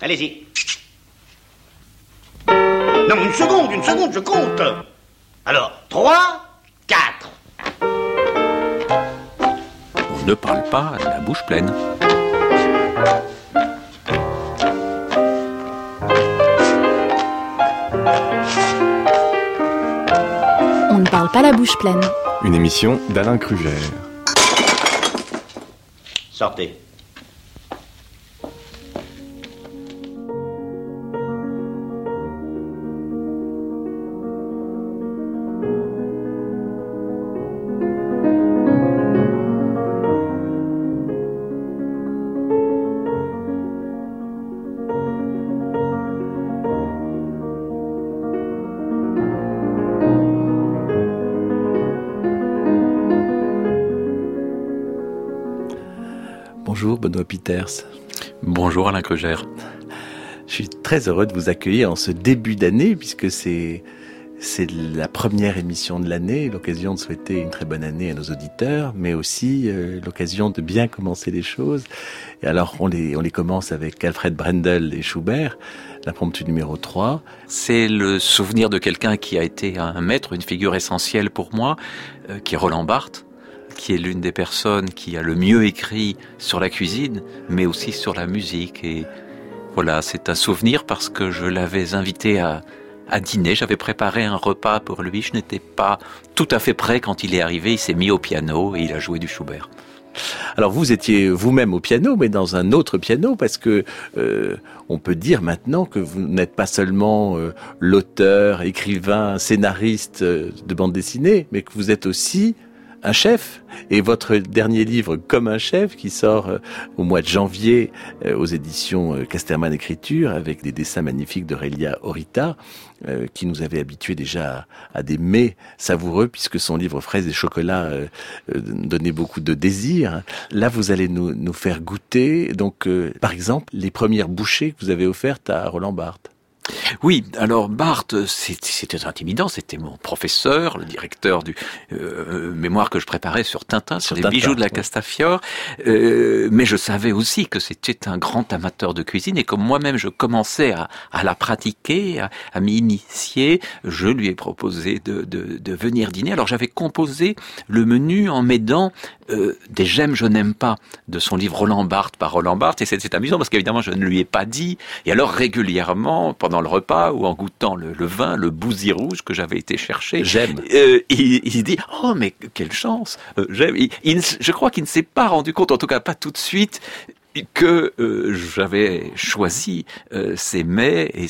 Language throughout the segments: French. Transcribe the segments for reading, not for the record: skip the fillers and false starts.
Allez-y. Non, une seconde, je compte. Alors, 3, 4. On ne parle pas la bouche pleine. On ne parle pas la bouche pleine. Une émission d'Alain Krugère. Sortez. Bonjour Benoît Peeters. Bonjour Alain Krugère. Je suis très heureux de vous accueillir en ce début d'année puisque c'est la première émission de l'année, l'occasion de souhaiter une très bonne année à nos auditeurs, mais aussi l'occasion de bien commencer les choses. Et alors on les commence avec Alfred Brendel et Schubert, l'impromptu numéro 3. C'est le souvenir de quelqu'un qui a été un maître, une figure essentielle pour moi, qui est Roland Barthes, qui est l'une des personnes qui a le mieux écrit sur la cuisine, mais aussi sur la musique. Et voilà, c'est un souvenir parce que je l'avais invité à dîner. J'avais préparé un repas pour lui. Je n'étais pas tout à fait prêt quand il est arrivé. Il s'est mis au piano et il a joué du Schubert. Alors vous étiez vous-même au piano, mais dans un autre piano, parce que on peut dire maintenant que vous n'êtes pas seulement l'auteur, écrivain, scénariste de bande dessinée, mais que vous êtes aussi un chef. Et votre dernier livre, Comme un chef, qui sort au mois de janvier aux éditions Casterman Écriture, avec des dessins magnifiques d'Aurélia Orita, qui nous avait habitués déjà à des mets savoureux, puisque son livre Fraises et chocolat donnait beaucoup de désir. Là, vous allez nous faire goûter, donc, par exemple, les premières bouchées que vous avez offertes à Roland Barthes. Oui, alors Barthes, c'était intimidant, c'était mon professeur, le directeur du mémoire que je préparais sur Tintin, sur les bijoux de la Castafiore, mais je savais aussi que c'était un grand amateur de cuisine, et comme moi-même je commençais à la pratiquer, à m'y initier, je lui ai proposé de venir dîner. Alors j'avais composé le menu en m'aidant des J'aime, je n'aime pas de son livre Roland Barthes par Roland Barthes, et c'est amusant parce qu'évidemment je ne lui ai pas dit, et alors régulièrement pendant le repas ou en goûtant le vin, le bousy rouge que j'avais été chercher, j'aime. Il dit oh mais quelle chance, j'aime. Je crois qu'il ne s'est pas rendu compte, en tout cas pas tout de suite, que j'avais choisi ces mets et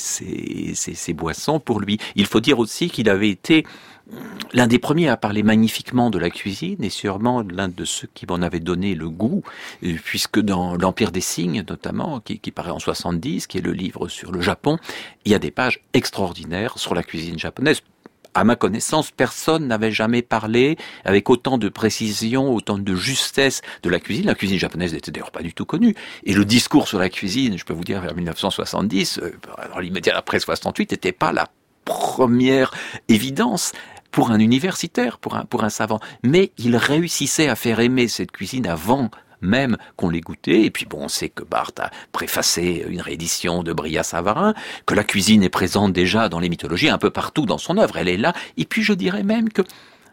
ces boissons pour lui. Il faut dire aussi qu'il avait été l'un des premiers à parler magnifiquement de la cuisine et sûrement l'un de ceux qui m'en avait donné le goût, puisque dans l'Empire des Signes notamment, qui paraît en 70, qui est le livre sur le Japon, il y a des pages extraordinaires sur la cuisine japonaise. À ma connaissance, personne n'avait jamais parlé avec autant de précision, autant de justesse de la cuisine. La cuisine japonaise n'était d'ailleurs pas du tout connue. Et le discours sur la cuisine, je peux vous dire, vers 1970, dans l'immédiat après 68, n'était pas la première évidence pour un universitaire, pour un savant. Mais il réussissait à faire aimer cette cuisine avant même qu'on l'ait goûté. Et puis bon, on sait que Barthes a préfacé une réédition de Brillat-Savarin, que la cuisine est présente déjà dans les mythologies, un peu partout dans son œuvre, elle est là. Et puis je dirais même que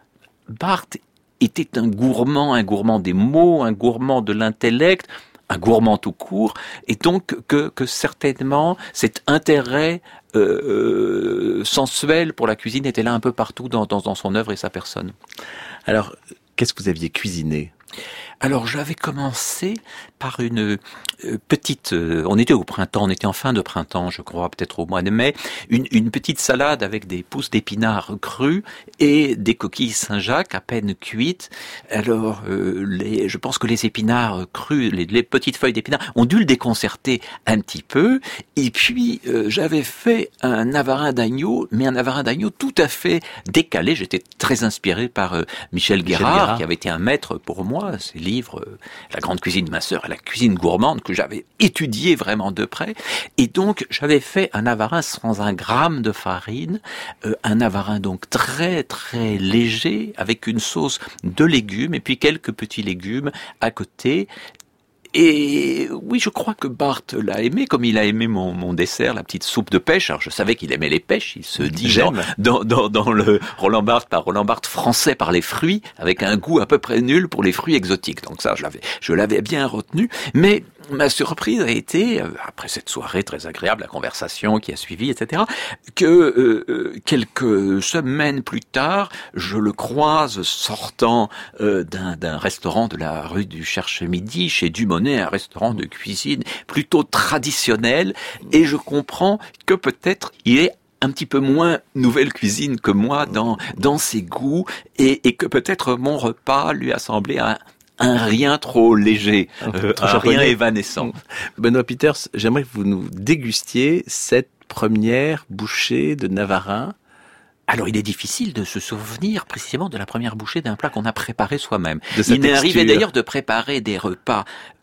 Barthes était un gourmand des mots, un gourmand de l'intellect, un gourmand tout court, et donc que certainement cet intérêt sensuel pour la cuisine était là un peu partout dans son œuvre et sa personne. Alors, qu'est-ce que vous aviez cuisiné ? Alors j'avais commencé par une petite, on était au printemps, on était en fin de printemps je crois, peut-être au mois de mai, une petite salade avec des pousses d'épinards crus et des coquilles Saint-Jacques à peine cuites. Alors je pense que les épinards crus, les petites feuilles d'épinards ont dû le déconcerter un petit peu, et puis j'avais fait un navarin d'agneau, mais un navarin d'agneau tout à fait décalé. J'étais très inspiré par Michel Guérard, qui avait été un maître pour moi, ses livres La grande cuisine de ma sœur et la cuisine gourmande que j'avais étudié vraiment de près, et donc j'avais fait un navarin sans 1 gramme de farine, un navarin donc très très léger avec une sauce de légumes et puis quelques petits légumes à côté. Et oui, je crois que Barthes l'a aimé, comme il a aimé mon dessert, la petite soupe de pêche. Alors je savais qu'il aimait les pêches, il se dit dans le Roland Barthes, par Roland Barthes français par les fruits, avec un goût à peu près nul pour les fruits exotiques. Donc ça, je l'avais bien retenu. Mais ma surprise a été, après cette soirée très agréable, la conversation qui a suivi, etc., que quelques semaines plus tard, je le croise sortant d'un restaurant de la rue du Cherche-Midi, chez Dumonet, un restaurant de cuisine plutôt traditionnel, et je comprends que peut-être il est un petit peu moins nouvelle cuisine que moi dans ses goûts, et que peut-être mon repas lui a semblé un rien trop léger, un rien évanescent. Benoît Peeters, j'aimerais que vous nous dégustiez cette première bouchée de Navarin. Alors, il est difficile de se souvenir précisément de la première bouchée d'un plat qu'on a préparé soi-même. Il m'est arrivé d'ailleurs de préparer des repas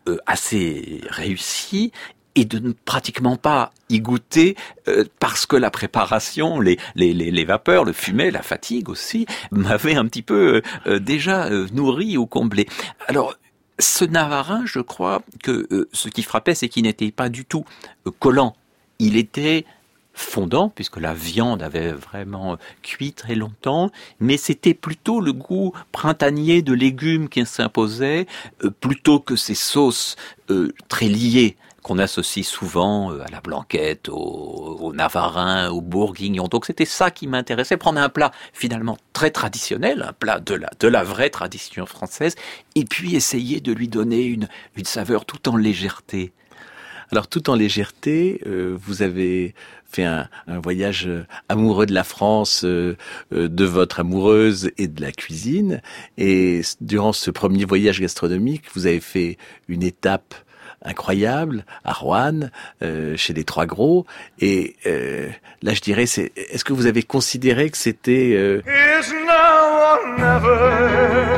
assez réussis et de ne pratiquement pas y goûter parce que la préparation, les vapeurs, le fumet, la fatigue aussi, m'avaient un petit peu déjà nourri ou comblé. Alors, ce Navarin, je crois que ce qui frappait, c'est qu'il n'était pas du tout collant. Il était fondant, puisque la viande avait vraiment cuit très longtemps, mais c'était plutôt le goût printanier de légumes qui s'imposait, plutôt que ces sauces très liées qu'on associe souvent à la blanquette, au navarin, au bourguignon. Donc c'était ça qui m'intéressait, prendre un plat finalement très traditionnel, un plat de la vraie tradition française, et puis essayer de lui donner une saveur tout en légèreté. Alors, tout en légèreté, vous avez fait un voyage amoureux de la France, de votre amoureuse et de la cuisine. Et durant ce premier voyage gastronomique, vous avez fait une étape incroyable à Roanne, chez les Trois Gros. Et là, je dirais, est-ce que vous avez considéré que c'était... Is now or never.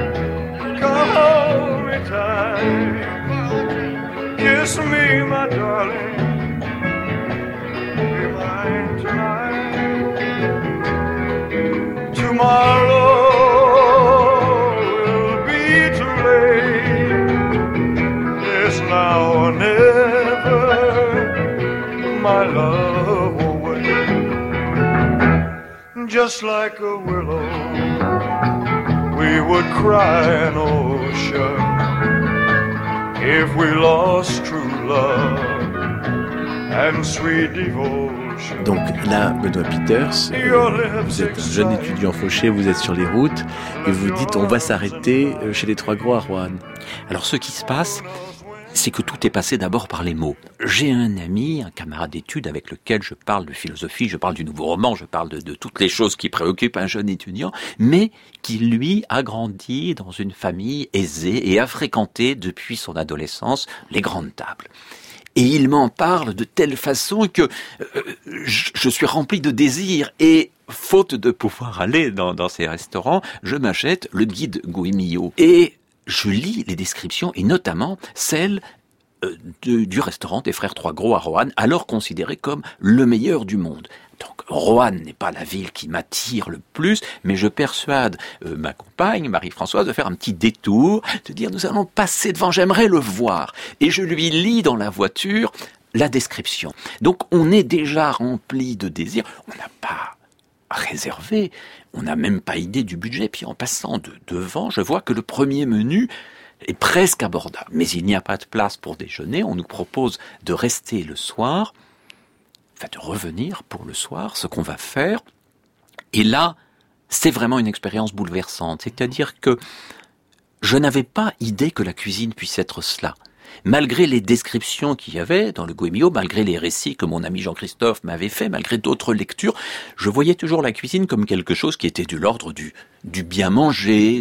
Come hold me tight. Kiss me, my darling. Be mine tonight. Tomorrow will be too late. It's now or never. My love will wait. Just like a willow, we would cry an ocean if we lost true love and sweet devotion. Donc là, Benoît Peeters, vous êtes un jeune étudiant fauché, vous êtes sur les routes et vous dites on va s'arrêter chez les Trois Gros à Roanne. Alors ce qui se passe, c'est que tout est passé d'abord par les mots. J'ai un ami, un camarade d'études avec lequel je parle de philosophie, je parle du nouveau roman, je parle de toutes les choses qui préoccupent un jeune étudiant, mais qui lui a grandi dans une famille aisée et a fréquenté depuis son adolescence les grandes tables. Et il m'en parle de telle façon que je suis rempli de désir et faute de pouvoir aller dans ces restaurants, je m'achète le guide Guimillot. Et je lis les descriptions, et notamment celle du restaurant des Frères Trois Gros à Roanne, alors considéré comme le meilleur du monde. Donc Roanne n'est pas la ville qui m'attire le plus, mais je persuade ma compagne, Marie-Françoise, de faire un petit détour, de dire nous allons passer devant, j'aimerais le voir. Et je lui lis dans la voiture la description. Donc on est déjà rempli de désir, on n'a pas réservé, on n'a même pas idée du budget, puis en passant devant, je vois que le premier menu est presque abordable. Mais il n'y a pas de place pour déjeuner, on nous propose de rester le soir, enfin de revenir pour le soir, ce qu'on va faire. Et là, c'est vraiment une expérience bouleversante. C'est-à-dire que je n'avais pas idée que la cuisine puisse être cela. Malgré les descriptions qu'il y avait dans le Guimillot, malgré les récits que mon ami Jean-Christophe m'avait fait, malgré d'autres lectures, je voyais toujours la cuisine comme quelque chose qui était de l'ordre du bien manger,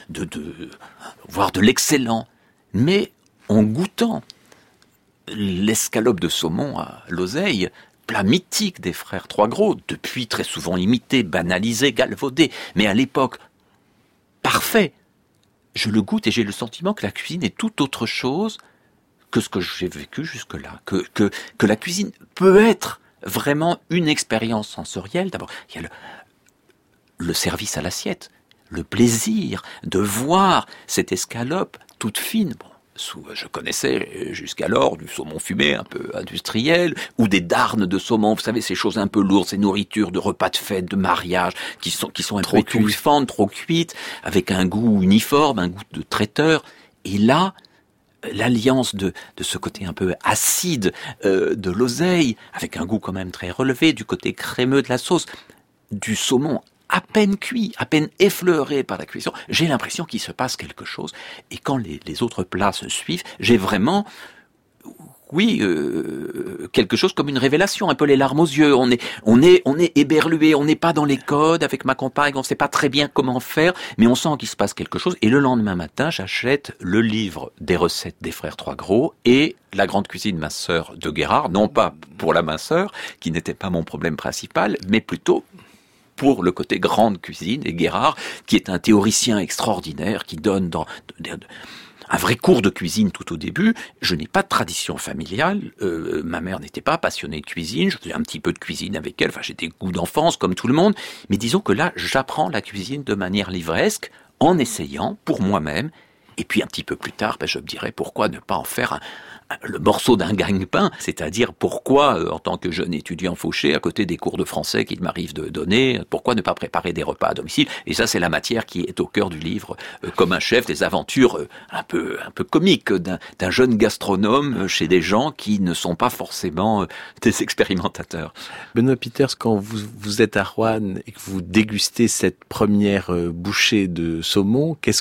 voire de l'excellent. Mais en goûtant l'escalope de saumon à l'oseille, plat mythique des Frères Trois Gros, depuis très souvent imité, banalisé, galvaudé, mais à l'époque parfait, je le goûte et j'ai le sentiment que la cuisine est tout autre chose que ce que j'ai vécu jusque-là, que la cuisine peut être vraiment une expérience sensorielle. D'abord, il y a le service à l'assiette, le plaisir de voir cette escalope toute fine. Bon, Je connaissais jusqu'alors du saumon fumé, un peu industriel, ou des darnes de saumon, vous savez, ces choses un peu lourdes, ces nourritures de repas de fête, de mariage, qui sont un peu étouffantes, trop cuites, avec un goût uniforme, un goût de traiteur. Et là, l'alliance de ce côté un peu acide de l'oseille, avec un goût quand même très relevé, du côté crémeux de la sauce, du saumon à peine cuit, à peine effleuré par la cuisson, j'ai l'impression qu'il se passe quelque chose. Et quand les autres plats se suivent, j'ai vraiment, quelque chose comme une révélation, un peu les larmes aux yeux. On est éberlué, on n'est pas dans les codes avec ma compagne, on ne sait pas très bien comment faire, mais on sent qu'il se passe quelque chose. Et le lendemain matin, j'achète le livre des recettes des frères Trois-Gros et la grande cuisine minceur de Guérard, non pas pour la minceur, qui n'était pas mon problème principal, mais plutôt pour le côté grande cuisine, et Guérard, qui est un théoricien extraordinaire, qui donne un vrai cours de cuisine tout au début. Je n'ai pas de tradition familiale, ma mère n'était pas passionnée de cuisine, je faisais un petit peu de cuisine avec elle, j'ai des goûts d'enfance comme tout le monde, mais disons que là, j'apprends la cuisine de manière livresque, en essayant pour moi-même, et puis un petit peu plus tard, je me dirais pourquoi ne pas en faire le morceau d'un gagne-pain, c'est-à-dire pourquoi, en tant que jeune étudiant fauché, à côté des cours de français qu'il m'arrive de donner, pourquoi ne pas préparer des repas à domicile? Et ça, c'est la matière qui est au cœur du livre, comme un chef, des aventures un peu comiques d'un jeune gastronome chez des gens qui ne sont pas forcément des expérimentateurs. Benoît Peeters, quand vous êtes à Roanne et que vous dégustez cette première bouchée de saumon, qu'est-ce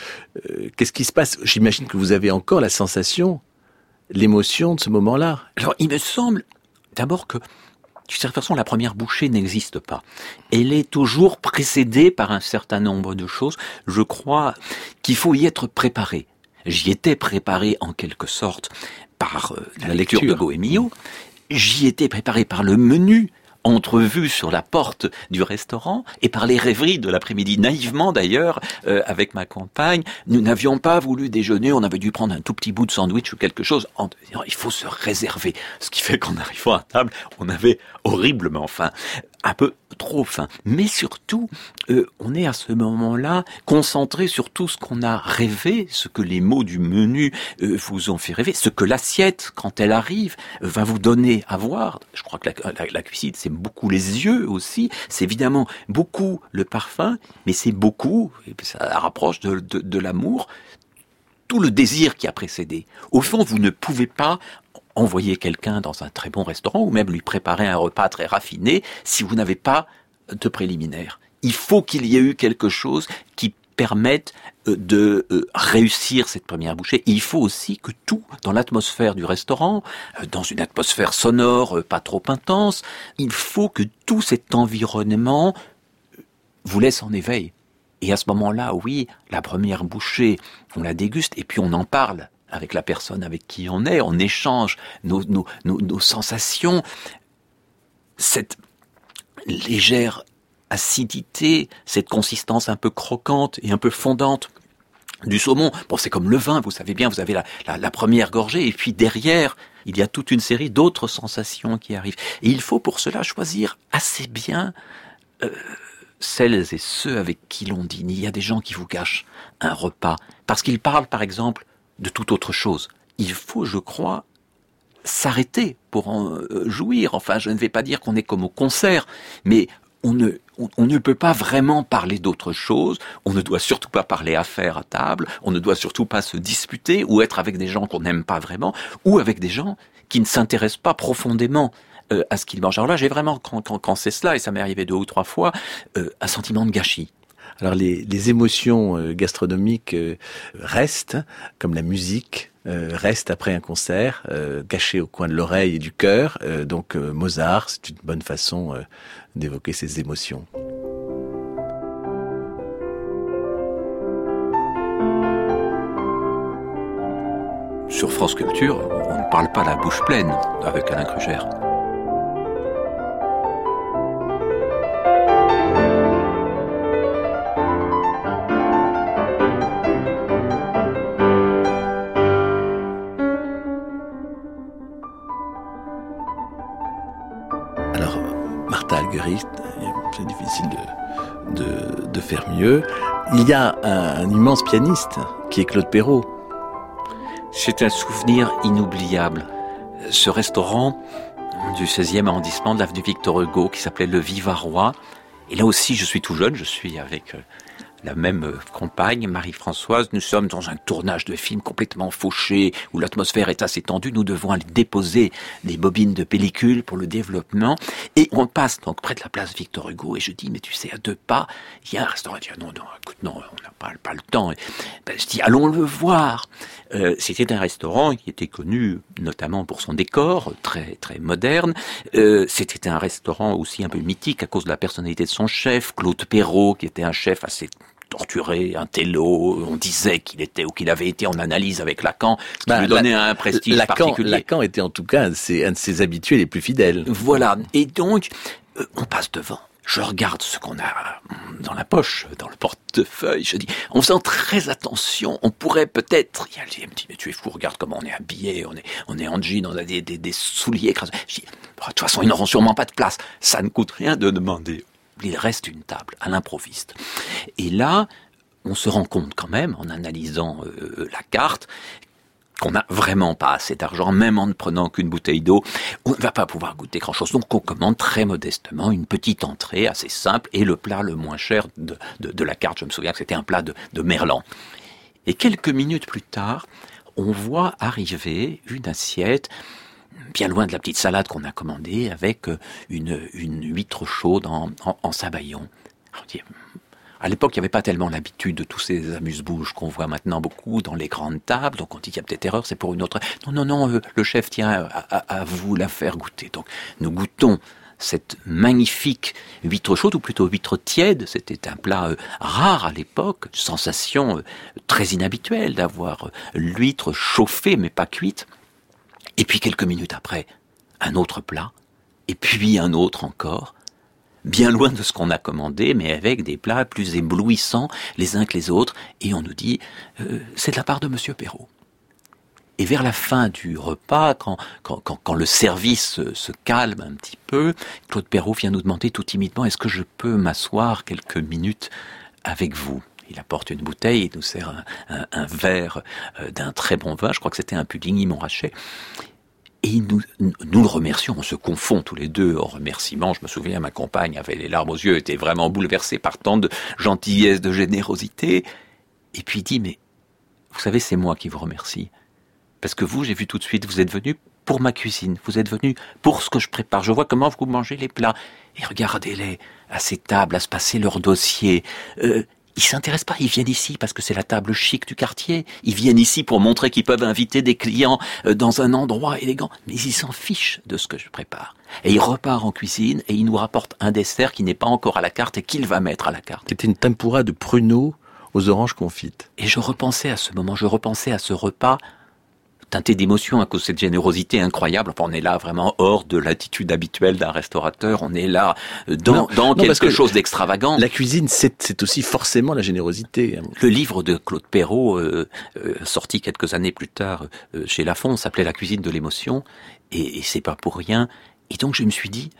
qui se passe? J'imagine que vous avez encore la sensation, l'émotion de ce moment-là. Alors, il me semble d'abord que, d'une certaine façon, la première bouchée n'existe pas. Elle est toujours précédée par un certain nombre de choses. Je crois qu'il faut y être préparé. J'y étais préparé en quelque sorte par la lecture de Bohémio. J'y étais préparé par le menu entrevue sur la porte du restaurant et par les rêveries de l'après-midi. Naïvement d'ailleurs, avec ma compagne, nous n'avions pas voulu déjeuner, on avait dû prendre un tout petit bout de sandwich ou quelque chose en disant il faut se réserver. Ce qui fait qu'en arrivant à table, on avait horriblement faim. Un peu trop faim. Mais surtout, on est à ce moment-là concentré sur tout ce qu'on a rêvé, ce que les mots du menu vous ont fait rêver, ce que l'assiette, quand elle arrive, va vous donner à voir. Je crois que la cuisine, c'est beaucoup les yeux aussi, c'est évidemment beaucoup le parfum, mais c'est beaucoup, et ça rapproche de l'amour, tout le désir qui a précédé. Au fond, vous ne pouvez pas envoyer quelqu'un dans un très bon restaurant ou même lui préparer un repas très raffiné si vous n'avez pas de préliminaire. Il faut qu'il y ait eu quelque chose qui permette de réussir cette première bouchée. Et il faut aussi que tout, dans l'atmosphère du restaurant, dans une atmosphère sonore pas trop intense, il faut que tout cet environnement vous laisse en éveil. Et à ce moment-là, oui, la première bouchée, on la déguste et puis on en parle avec la personne avec qui on est, on échange nos sensations, cette légère acidité, cette consistance un peu croquante et un peu fondante du saumon. Bon, c'est comme le vin, vous savez bien, vous avez la première gorgée et puis derrière, il y a toute une série d'autres sensations qui arrivent. Et il faut pour cela choisir assez bien celles et ceux avec qui l'on dîne. Il y a des gens qui vous gâchent un repas parce qu'ils parlent, par exemple, de toute autre chose. Il faut, je crois, s'arrêter pour en jouir. Enfin, je ne vais pas dire qu'on est comme au concert, mais on ne peut pas vraiment parler d'autre chose. On ne doit surtout pas parler affaires à table. On ne doit surtout pas se disputer ou être avec des gens qu'on n'aime pas vraiment ou avec des gens qui ne s'intéressent pas profondément à ce qu'ils mangent. Alors là, j'ai vraiment, quand c'est cela, et ça m'est arrivé 2 ou 3 fois, un sentiment de gâchis. Alors les émotions gastronomiques restent, comme la musique reste après un concert, cachée au coin de l'oreille et du cœur. Donc Mozart, c'est une bonne façon d'évoquer ces émotions. Sur France Culture, on ne parle pas la bouche pleine avec Alain Krugère. C'est difficile de faire mieux. Il y a un immense pianiste qui est Claude Perrault. C'est un souvenir inoubliable. Ce restaurant du 16e arrondissement de l'avenue Victor Hugo qui s'appelait Le Vivarois. Et là aussi, je suis tout jeune, je suis avec la même compagne, Marie-Françoise. Nous sommes dans un tournage de film complètement fauché, où l'atmosphère est assez tendue. Nous devons aller déposer des bobines de pellicule pour le développement. Et on passe donc près de la place Victor Hugo. Et je dis, mais tu sais, à 2 pas, il y a un restaurant. Je dis, non, écoute, non, on n'a pas le temps. Et, je dis, allons le voir. C'était un restaurant qui était connu notamment pour son décor, très très moderne. C'était un restaurant aussi un peu mythique à cause de la personnalité de son chef, Claude Perrault, qui était un chef assez torturé, un télo. On disait qu'il était ou qu'il avait été en analyse avec Lacan, ce qui lui donnait un prestige particulier. Lacan était en tout cas un de ses habitués les plus fidèles. Voilà. Et donc, on passe devant. Je regarde ce qu'on a dans la poche, dans le portefeuille. Je dis, en faisant très attention, on pourrait peut-être... Il me dit, mais tu es fou, regarde comment on est habillé, on est en jean, on a des souliers écrasés. Je dis, de toute façon, ils n'auront sûrement pas de place. Ça ne coûte rien de demander. Il reste une table, à l'improviste. Et là, on se rend compte quand même, en analysant la carte, qu'on n'a vraiment pas assez d'argent, même en ne prenant qu'une bouteille d'eau, on ne va pas pouvoir goûter grand-chose. Donc on commande très modestement une petite entrée assez simple et le plat le moins cher de la carte. Je me souviens que c'était un plat de merlan. Et quelques minutes plus tard, on voit arriver une assiette bien loin de la petite salade qu'on a commandée avec une huître chaude en sabayon. Alors, on dit, à l'époque, il n'y avait pas tellement l'habitude de tous ces amuse-bouches qu'on voit maintenant beaucoup dans les grandes tables. Donc on dit qu'il y a peut-être erreur, c'est pour une autre. Non, le chef tient à vous la faire goûter. Donc nous goûtons cette magnifique huître chaude, ou plutôt huître tiède. C'était un plat rare à l'époque, sensation très inhabituelle d'avoir l'huître chauffée mais pas cuite. Et puis quelques minutes après, un autre plat, et puis un autre encore. Bien loin de ce qu'on a commandé, mais avec des plats plus éblouissants les uns que les autres. Et on nous dit, c'est de la part de Monsieur Perrault. Et vers la fin du repas, quand le service se calme un petit peu, Claude Perrault vient nous demander tout timidement, est-ce que je peux m'asseoir quelques minutes avec vous ? Il apporte une bouteille, il nous sert un verre d'un très bon vin, je crois que c'était un Puligny Montrachet. Et nous le remercions, on se confond tous les deux en remerciements. Je me souviens, ma compagne avait les larmes aux yeux, était vraiment bouleversée par tant de gentillesse, de générosité. Et puis il dit, mais vous savez, c'est moi qui vous remercie. Parce que vous, j'ai vu tout de suite, vous êtes venu pour ma cuisine, vous êtes venu pour ce que je prépare. Je vois comment vous mangez les plats. Et regardez-les à ces tables, à se passer leur dossier. Ils s'intéressent pas, ils viennent ici parce que c'est la table chic du quartier. Ils viennent ici pour montrer qu'ils peuvent inviter des clients dans un endroit élégant. Mais ils s'en fichent de ce que je prépare. Et il repart en cuisine et il nous rapporte un dessert qui n'est pas encore à la carte et qu'il va mettre à la carte. C'était une tempura de pruneaux aux oranges confites. Et je repensais à ce moment, je repensais à ce repas teinté d'émotion à cause de cette générosité incroyable. Enfin, on est là vraiment hors de l'attitude habituelle d'un restaurateur. On est là dans quelque chose d'extravagant. La cuisine, c'est aussi forcément la générosité. Le livre de Claude Perrault, sorti quelques années plus tard chez Lafon, s'appelait La cuisine de l'émotion. Et c'est pas pour rien. Et donc je me suis dit,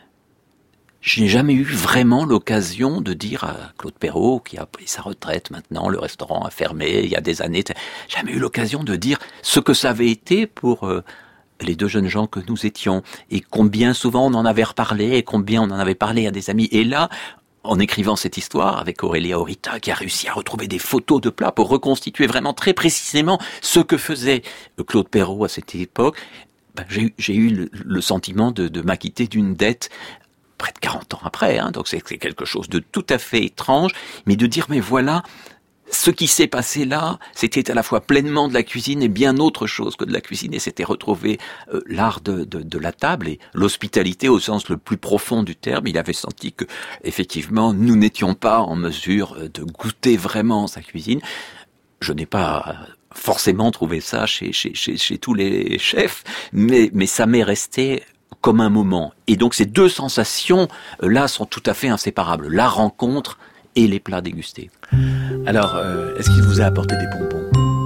je n'ai jamais eu vraiment l'occasion de dire à Claude Perrault, qui a pris sa retraite maintenant, le restaurant a fermé il y a des années, jamais eu l'occasion de dire ce que ça avait été pour les deux jeunes gens que nous étions, et combien souvent on en avait reparlé, et combien on en avait parlé à des amis. Et là, en écrivant cette histoire avec Aurélia Orita, qui a réussi à retrouver des photos de plats pour reconstituer vraiment très précisément ce que faisait Claude Perrault à cette époque, j'ai eu le sentiment de m'acquitter d'une dette près de 40 ans après, donc c'est quelque chose de tout à fait étrange, mais de dire, mais voilà, ce qui s'est passé là, c'était à la fois pleinement de la cuisine et bien autre chose que de la cuisine, et c'était retrouver l'art de la table et l'hospitalité au sens le plus profond du terme. Il avait senti que, effectivement, nous n'étions pas en mesure de goûter vraiment sa cuisine. Je n'ai pas forcément trouvé ça chez tous les chefs, mais ça m'est resté comme un moment. Et donc ces deux sensations là sont tout à fait inséparables, la rencontre et les plats dégustés. Alors, est-ce qu'il vous a apporté des bonbons ?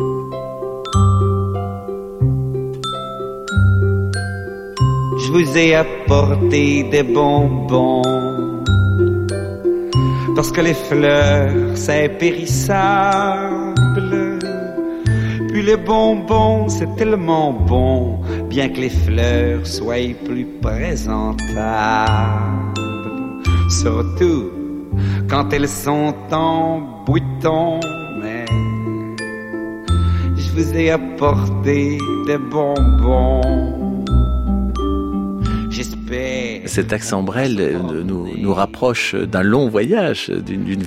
Je vous ai apporté des bonbons parce que les fleurs c'est périssable, puis les bonbons, c'est tellement bon, bien que les fleurs soient plus présentables. Surtout quand elles sont en bouton, mais je vous ai apporté des bonbons. J'espère. Cet accent Brel nous rapproche d'un long voyage, d'une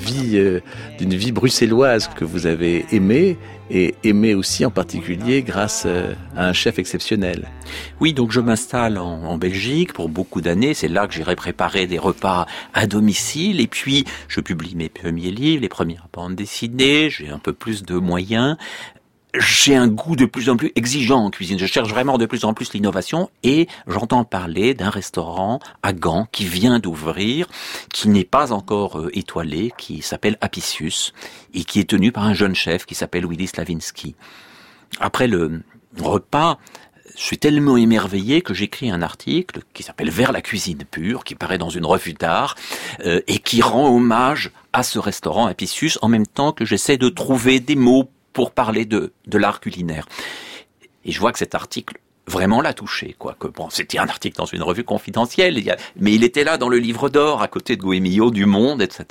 vie bruxelloise que vous avez aimée, et aimée aussi en particulier grâce à un chef exceptionnel. Oui, donc je m'installe en Belgique pour beaucoup d'années. C'est là que j'irai préparer des repas à domicile. Et puis, je publie mes premiers livres, les premières bandes dessinées. J'ai un peu plus de moyens. J'ai un goût de plus en plus exigeant en cuisine. Je cherche vraiment de plus en plus l'innovation et j'entends parler d'un restaurant à Gand qui vient d'ouvrir, qui n'est pas encore étoilé, qui s'appelle Apicius et qui est tenu par un jeune chef qui s'appelle Willy Slavinsky. Après le repas, je suis tellement émerveillé que j'écris un article qui s'appelle Vers la cuisine pure, qui paraît dans une revue d'art et qui rend hommage à ce restaurant Apicius en même temps que j'essaie de trouver des mots pour parler de l'art culinaire. Et je vois que cet article vraiment l'a touché, quoi. Que bon, c'était un article dans une revue confidentielle, mais il était là dans le livre d'or, à côté de Goemio, du Monde, etc.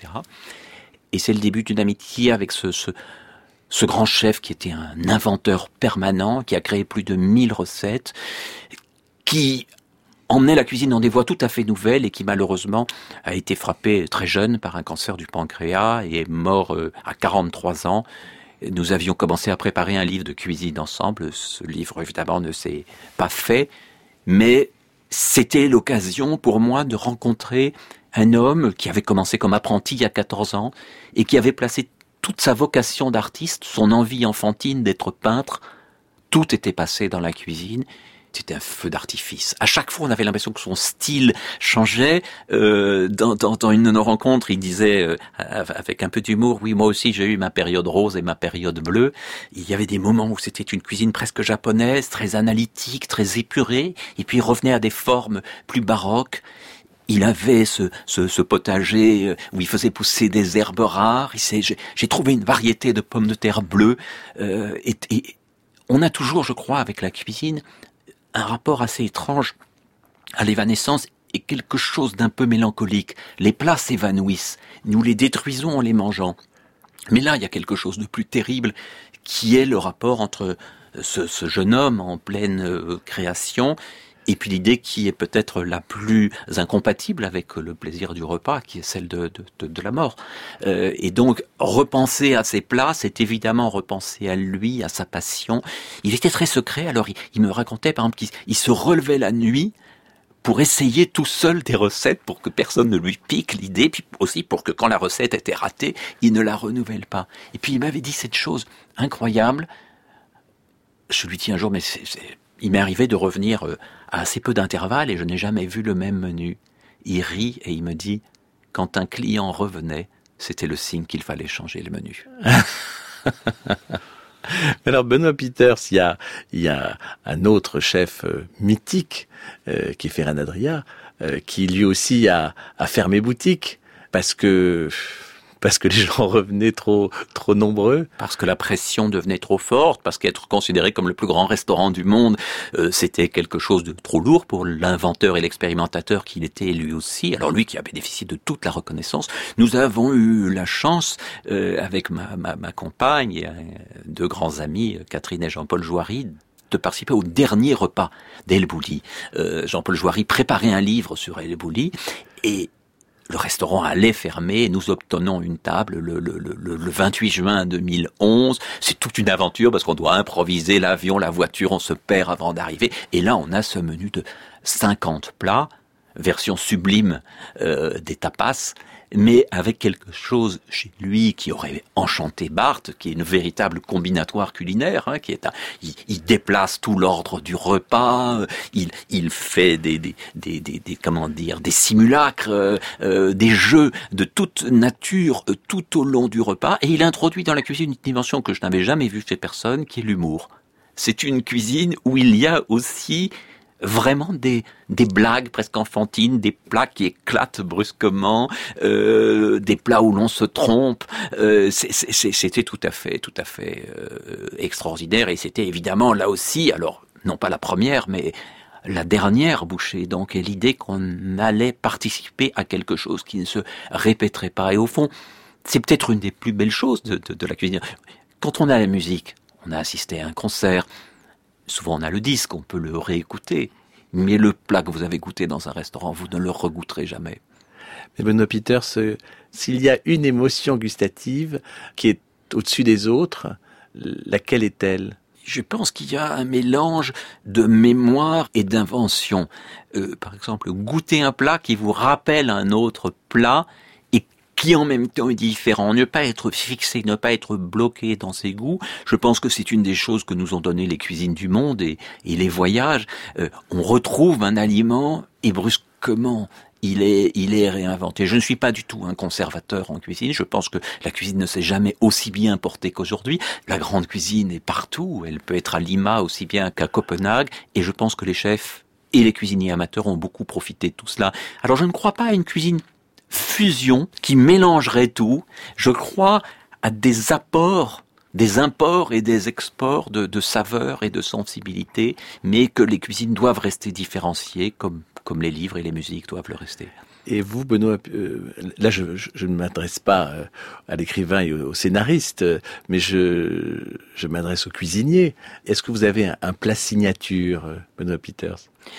Et c'est le début d'une amitié avec ce grand chef qui était un inventeur permanent, qui a créé plus de 1000 recettes, qui emmenait la cuisine dans des voies tout à fait nouvelles et qui malheureusement a été frappé très jeune par un cancer du pancréas et est mort à 43 ans. Nous avions commencé à préparer un livre de cuisine ensemble. Ce livre, évidemment, ne s'est pas fait, mais c'était l'occasion pour moi de rencontrer un homme qui avait commencé comme apprenti il y a 14 ans et qui avait placé toute sa vocation d'artiste, son envie enfantine d'être peintre, tout était passé dans la cuisine. C'était un feu d'artifice. À chaque fois, on avait l'impression que son style changeait. Dans une de nos rencontres, il disait, avec un peu d'humour, oui, moi aussi, j'ai eu ma période rose et ma période bleue. Il y avait des moments où c'était une cuisine presque japonaise, très analytique, très épurée, et puis il revenait à des formes plus baroques. Il avait ce potager où il faisait pousser des herbes rares. J'ai trouvé une variété de pommes de terre bleues. Et on a toujours, je crois, avec la cuisine, un rapport assez étrange à l'évanescence et quelque chose d'un peu mélancolique. Les plats s'évanouissent, nous les détruisons en les mangeant. Mais là, il y a quelque chose de plus terrible qui est le rapport entre ce jeune homme en pleine création et puis l'idée qui est peut-être la plus incompatible avec le plaisir du repas, qui est celle de la mort. Et donc, repenser à ses plats, c'est évidemment repenser à lui, à sa passion. Il était très secret, alors il me racontait par exemple qu'il se relevait la nuit pour essayer tout seul des recettes pour que personne ne lui pique l'idée, puis aussi pour que quand la recette était ratée, il ne la renouvelle pas. Et puis il m'avait dit cette chose incroyable. Je lui dis un jour, mais il m'est arrivé de revenir à assez peu d'intervalles et je n'ai jamais vu le même menu. Il rit et il me dit, quand un client revenait, c'était le signe qu'il fallait changer le menu. Alors Benoît Peeters, il y a un autre chef mythique qui est Ferran Adrià, qui lui aussi a fermé boutique parce que les gens revenaient trop nombreux. Parce que la pression devenait trop forte, parce qu'être considéré comme le plus grand restaurant du monde, c'était quelque chose de trop lourd pour l'inventeur et l'expérimentateur qu'il était lui aussi. Alors lui qui a bénéficié de toute la reconnaissance. Nous avons eu la chance, avec ma compagne et deux grands amis, Catherine et Jean-Paul Joiry, de participer au dernier repas d'El Bulli. Jean-Paul Joiry préparait un livre sur El Bulli et le restaurant allait fermer, nous obtenons une table le 28 juin 2011. C'est toute une aventure parce qu'on doit improviser l'avion, la voiture, on se perd avant d'arriver. Et là, on a ce menu de 50 plats, version sublime des tapas, mais avec quelque chose chez lui qui aurait enchanté Barthes, qui est une véritable combinatoire culinaire, qui est il déplace tout l'ordre du repas, il fait des simulacres, des jeux de toute nature tout au long du repas, et il introduit dans la cuisine une dimension que je n'avais jamais vue chez personne, qui est l'humour. C'est une cuisine où il y a aussi vraiment des blagues presque enfantines, des plats qui éclatent brusquement, des plats où l'on se trompe. C'était tout à fait extraordinaire, et c'était évidemment là aussi, alors non pas la première, mais la dernière bouchée, donc, et l'idée qu'on allait participer à quelque chose qui ne se répéterait pas. Et au fond, c'est peut-être une des plus belles choses de la cuisine. Quand on a la musique, on a assisté à un concert, souvent on a le disque, on peut le réécouter, mais le plat que vous avez goûté dans un restaurant, vous ne le regoûterez jamais. Mais Benoît Peters, s'il y a une émotion gustative qui est au-dessus des autres, laquelle est-elle ? Je pense qu'il y a un mélange de mémoire et d'invention. Par exemple, goûter un plat qui vous rappelle un autre plat et qui en même temps est différent. Ne pas être fixé, ne pas être bloqué dans ses goûts. Je pense que c'est une des choses que nous ont donné les cuisines du monde et les voyages. On retrouve un aliment et brusquement, il est réinventé. Je ne suis pas du tout un conservateur en cuisine. Je pense que la cuisine ne s'est jamais aussi bien portée qu'aujourd'hui. La grande cuisine est partout. Elle peut être à Lima aussi bien qu'à Copenhague. Et je pense que les chefs et les cuisiniers amateurs ont beaucoup profité de tout cela. Alors je ne crois pas à une cuisine fusion qui mélangerait tout. Je crois à des apports, des imports et des exports de saveurs et de sensibilité, mais que les cuisines doivent rester différenciées comme les livres et les musiques doivent le rester. Et vous, Benoît, là je ne m'adresse pas à l'écrivain et au scénariste, mais je m'adresse au cuisinier. Est-ce que vous avez un plat signature, Benoît Peters ?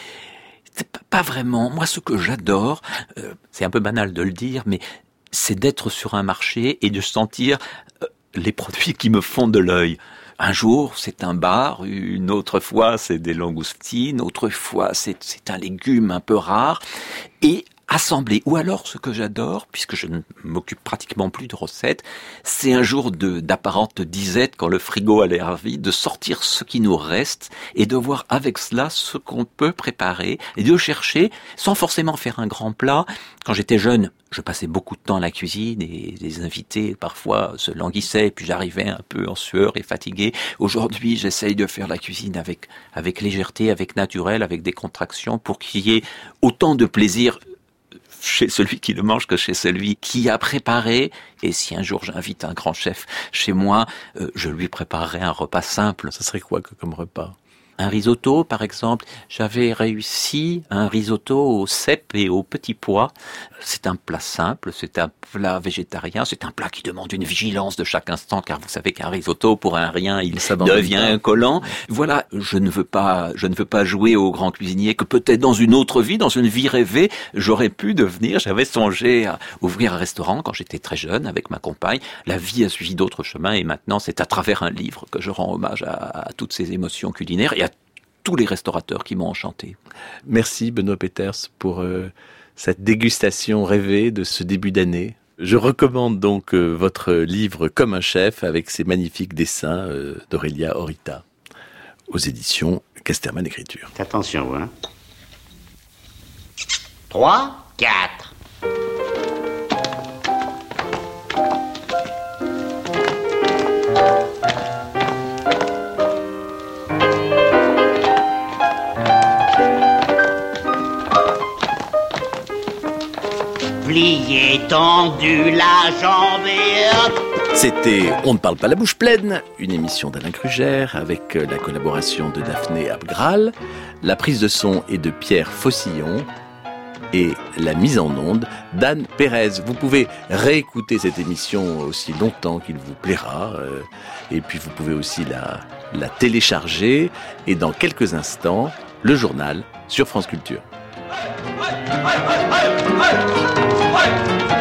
Pas vraiment. Moi, ce que j'adore, c'est un peu banal de le dire, mais c'est d'être sur un marché et de sentir les produits qui me font de l'œil. Un jour, c'est un bar, une autre fois, c'est des langoustines, autre fois, c'est un légume un peu rare. Et assembler. Ou alors, ce que j'adore, puisque je ne m'occupe pratiquement plus de recettes, c'est un jour d'apparente disette, quand le frigo a l'air vide, de sortir ce qui nous reste et de voir avec cela ce qu'on peut préparer et de chercher, sans forcément faire un grand plat. Quand j'étais jeune, je passais beaucoup de temps à la cuisine et les invités parfois se languissaient et puis j'arrivais un peu en sueur et fatigué. Aujourd'hui, j'essaye de faire la cuisine avec légèreté, avec naturel, avec des contractions pour qu'il y ait autant de plaisir chez celui qui le mange que chez celui qui a préparé. Et si un jour j'invite un grand chef chez moi, je lui préparerai un repas simple. Ça serait quoi comme repas ? Un risotto, par exemple. J'avais réussi un risotto au cèpe et aux petits pois. C'est un plat simple, c'est un plat végétarien, c'est un plat qui demande une vigilance de chaque instant, car vous savez qu'un risotto, pour un rien, il devient collant. Voilà, je ne veux pas jouer au grand cuisinier que peut-être dans une autre vie, dans une vie rêvée, j'aurais pu devenir. J'avais songé à ouvrir un restaurant quand j'étais très jeune avec ma compagne. La vie a suivi d'autres chemins et maintenant, c'est à travers un livre que je rends hommage à toutes ces émotions culinaires et à tous les restaurateurs qui m'ont enchanté. Merci Benoît Peters pour cette dégustation rêvée de ce début d'année. Je recommande donc votre livre Comme un chef avec ses magnifiques dessins d'Aurélia Orita aux éditions Casterman Écriture. Attention, hein. 3, 4. Plié, tendu, la jambe et hop. C'était On ne parle pas la bouche pleine, une émission d'Alain Krugère avec la collaboration de Daphné Abgral, la prise de son est de Pierre Faucillon et la mise en onde d'Anne Pérez. Vous pouvez réécouter cette émission aussi longtemps qu'il vous plaira et puis vous pouvez aussi la télécharger et dans quelques instants, le journal sur France Culture. Hey!